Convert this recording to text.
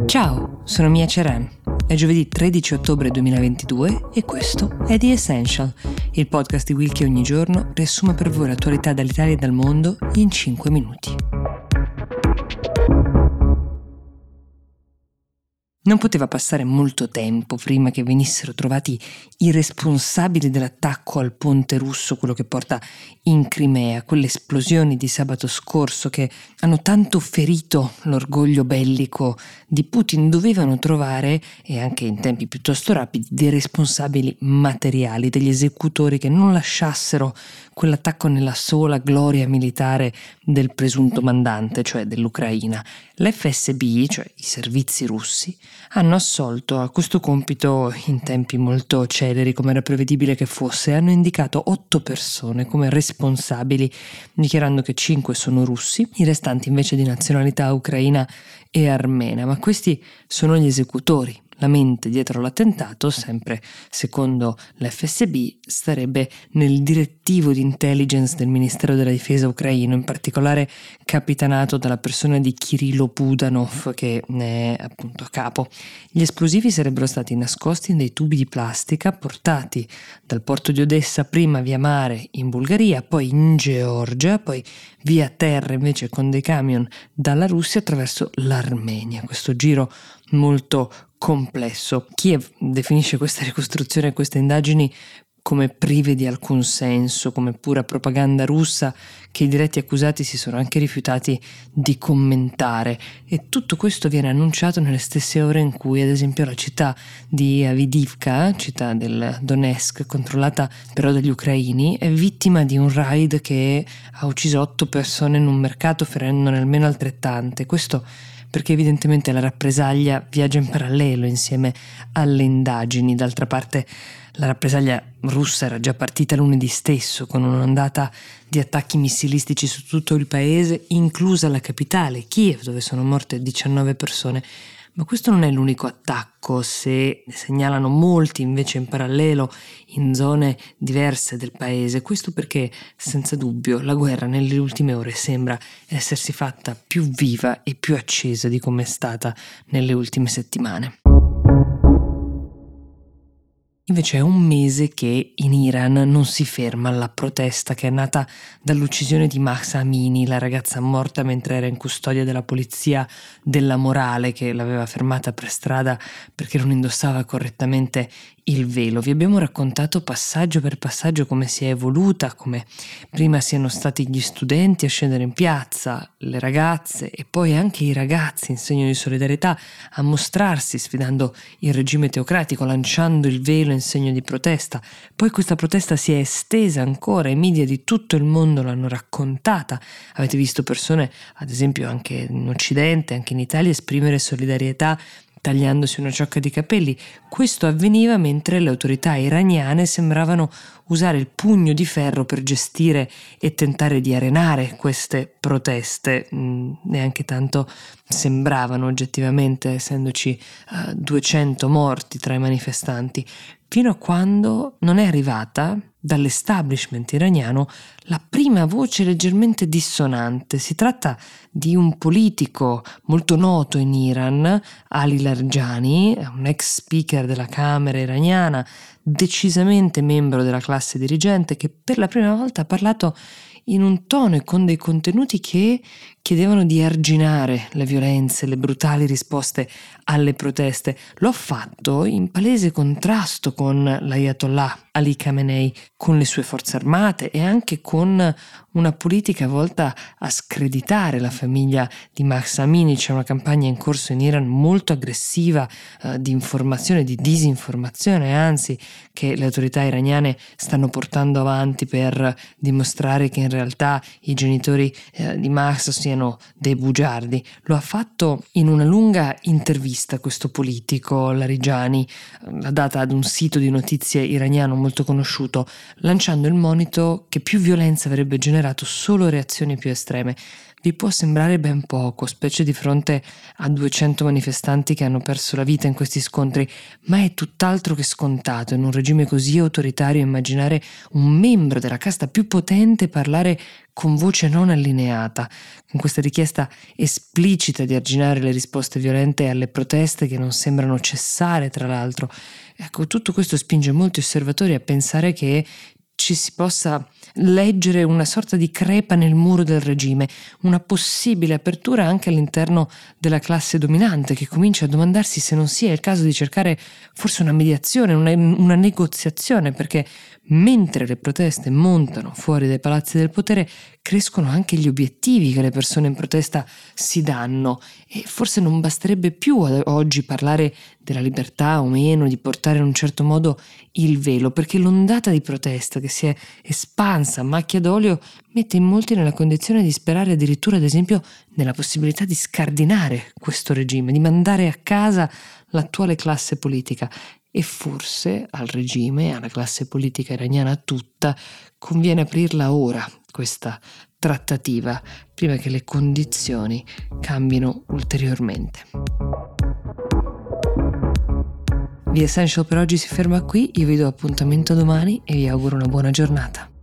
Ciao, sono Mia Ceran. È giovedì 13 ottobre 2022 e questo è The Essential, il podcast di Will che ogni giorno riassume per voi l'attualità dall'Italia e dal mondo in 5 minuti. Non poteva passare molto tempo prima che venissero trovati i responsabili dell'attacco al ponte russo, quello che porta in Crimea, quelle esplosioni di sabato scorso che hanno tanto ferito l'orgoglio bellico di Putin. Dovevano trovare, e anche in tempi piuttosto rapidi, dei responsabili materiali, degli esecutori che non lasciassero quell'attacco nella sola gloria militare del presunto mandante, cioè dell'Ucraina. L'FSB, cioè i servizi russi, hanno assolto a questo compito in tempi molto celeri, come era prevedibile che fosse. Hanno indicato 8 persone come responsabili, dichiarando che 5 sono russi, i restanti invece di nazionalità ucraina e armena. Ma questi sono gli esecutori. La mente dietro l'attentato, sempre secondo l'FSB, starebbe nel direttivo di intelligence del Ministero della Difesa ucraino, in particolare capitanato dalla persona di Kirilo Budanov, che ne è appunto a capo. Gli esplosivi sarebbero stati nascosti in dei tubi di plastica portati dal porto di Odessa, prima via mare in Bulgaria, poi in Georgia, poi via terra invece con dei camion dalla Russia attraverso l'Armenia. Questo giro molto complesso. Kiev definisce questa ricostruzione e queste indagini come prive di alcun senso, come pura propaganda russa che i diretti accusati si sono anche rifiutati di commentare, e tutto questo viene annunciato nelle stesse ore in cui ad esempio la città di Avdiivka, città del Donetsk controllata però dagli ucraini, è vittima di un raid che ha ucciso 8 persone in un mercato, ferendone almeno altrettante. Questo perché evidentemente la rappresaglia viaggia in parallelo insieme alle indagini. D'altra parte la rappresaglia russa era già partita lunedì stesso con un'ondata di attacchi missilistici su tutto il paese, inclusa la capitale, Kiev, dove sono morte 19 persone. Ma questo non è l'unico attacco, se ne segnalano molti invece in parallelo in zone diverse del paese. Questo perché, senza dubbio, la guerra nelle ultime ore sembra essersi fatta più viva e più accesa di come è stata nelle ultime settimane. Invece è un mese che in Iran non si ferma la protesta che è nata dall'uccisione di Mahsa Amini, la ragazza morta mentre era in custodia della polizia della morale che l'aveva fermata per strada perché non indossava correttamente il velo. Vi abbiamo raccontato passaggio per passaggio come si è evoluta, come prima siano stati gli studenti a scendere in piazza, le ragazze e poi anche i ragazzi in segno di solidarietà a mostrarsi sfidando il regime teocratico, lanciando il velo in segno di protesta. Poi questa protesta si è estesa ancora, i media di tutto il mondo l'hanno raccontata. Avete visto persone, ad esempio anche in Occidente, anche in Italia, esprimere solidarietà tagliandosi una ciocca di capelli. Questo avveniva mentre le autorità iraniane sembravano usare il pugno di ferro per gestire e tentare di arenare queste proteste. Neanche tanto sembravano oggettivamente, essendoci 200 morti tra i manifestanti, fino a quando non è arrivata dall'establishment iraniano la prima voce leggermente dissonante. Si tratta di un politico molto noto in Iran, Ali Larijani, un ex speaker della Camera iraniana, decisamente membro della classe dirigente, che per la prima volta ha parlato in un tono e con dei contenuti che chiedevano di arginare le violenze, le brutali risposte alle proteste. Lo ha fatto in palese contrasto con l'Ayatollah Ali Khamenei, con le sue forze armate e anche con una politica volta a screditare la famiglia di Mahsa Amini. C'è una campagna in corso in Iran molto aggressiva di informazione, di disinformazione, anzi, che le autorità iraniane stanno portando avanti per dimostrare che in realtà i genitori di Mahsa siano dei bugiardi. Lo ha fatto in una lunga intervista questo politico, Larijani, l'ha data ad un sito di notizie iraniano molto conosciuto, lanciando il monito che più violenza avrebbe generato solo reazioni più estreme. vi può sembrare ben poco, specie di fronte a 200 manifestanti che hanno perso la vita in questi scontri, ma è tutt'altro che scontato in un regime così autoritario immaginare un membro della casta più potente parlare con voce non allineata, con questa richiesta esplicita di arginare le risposte violente alle proteste che non sembrano cessare, tra l'altro. Ecco, tutto questo spinge molti osservatori a pensare che ci si possa leggere una sorta di crepa nel muro del regime, una possibile apertura anche all'interno della classe dominante che comincia a domandarsi se non sia il caso di cercare forse una mediazione, una negoziazione, perché mentre le proteste montano fuori dai palazzi del potere crescono anche gli obiettivi che le persone in protesta si danno e forse non basterebbe più oggi parlare della libertà o meno, di portare in un certo modo il velo, perché l'ondata di protesta che si è espansa a macchia d'olio mette in molti nella condizione di sperare addirittura, ad esempio, nella possibilità di scardinare questo regime, di mandare a casa l'attuale classe politica. E forse al regime, alla classe politica iraniana tutta, conviene aprirla ora, questa trattativa, prima che le condizioni cambino ulteriormente. The Essential per oggi si ferma qui, io vi do appuntamento domani e vi auguro una buona giornata.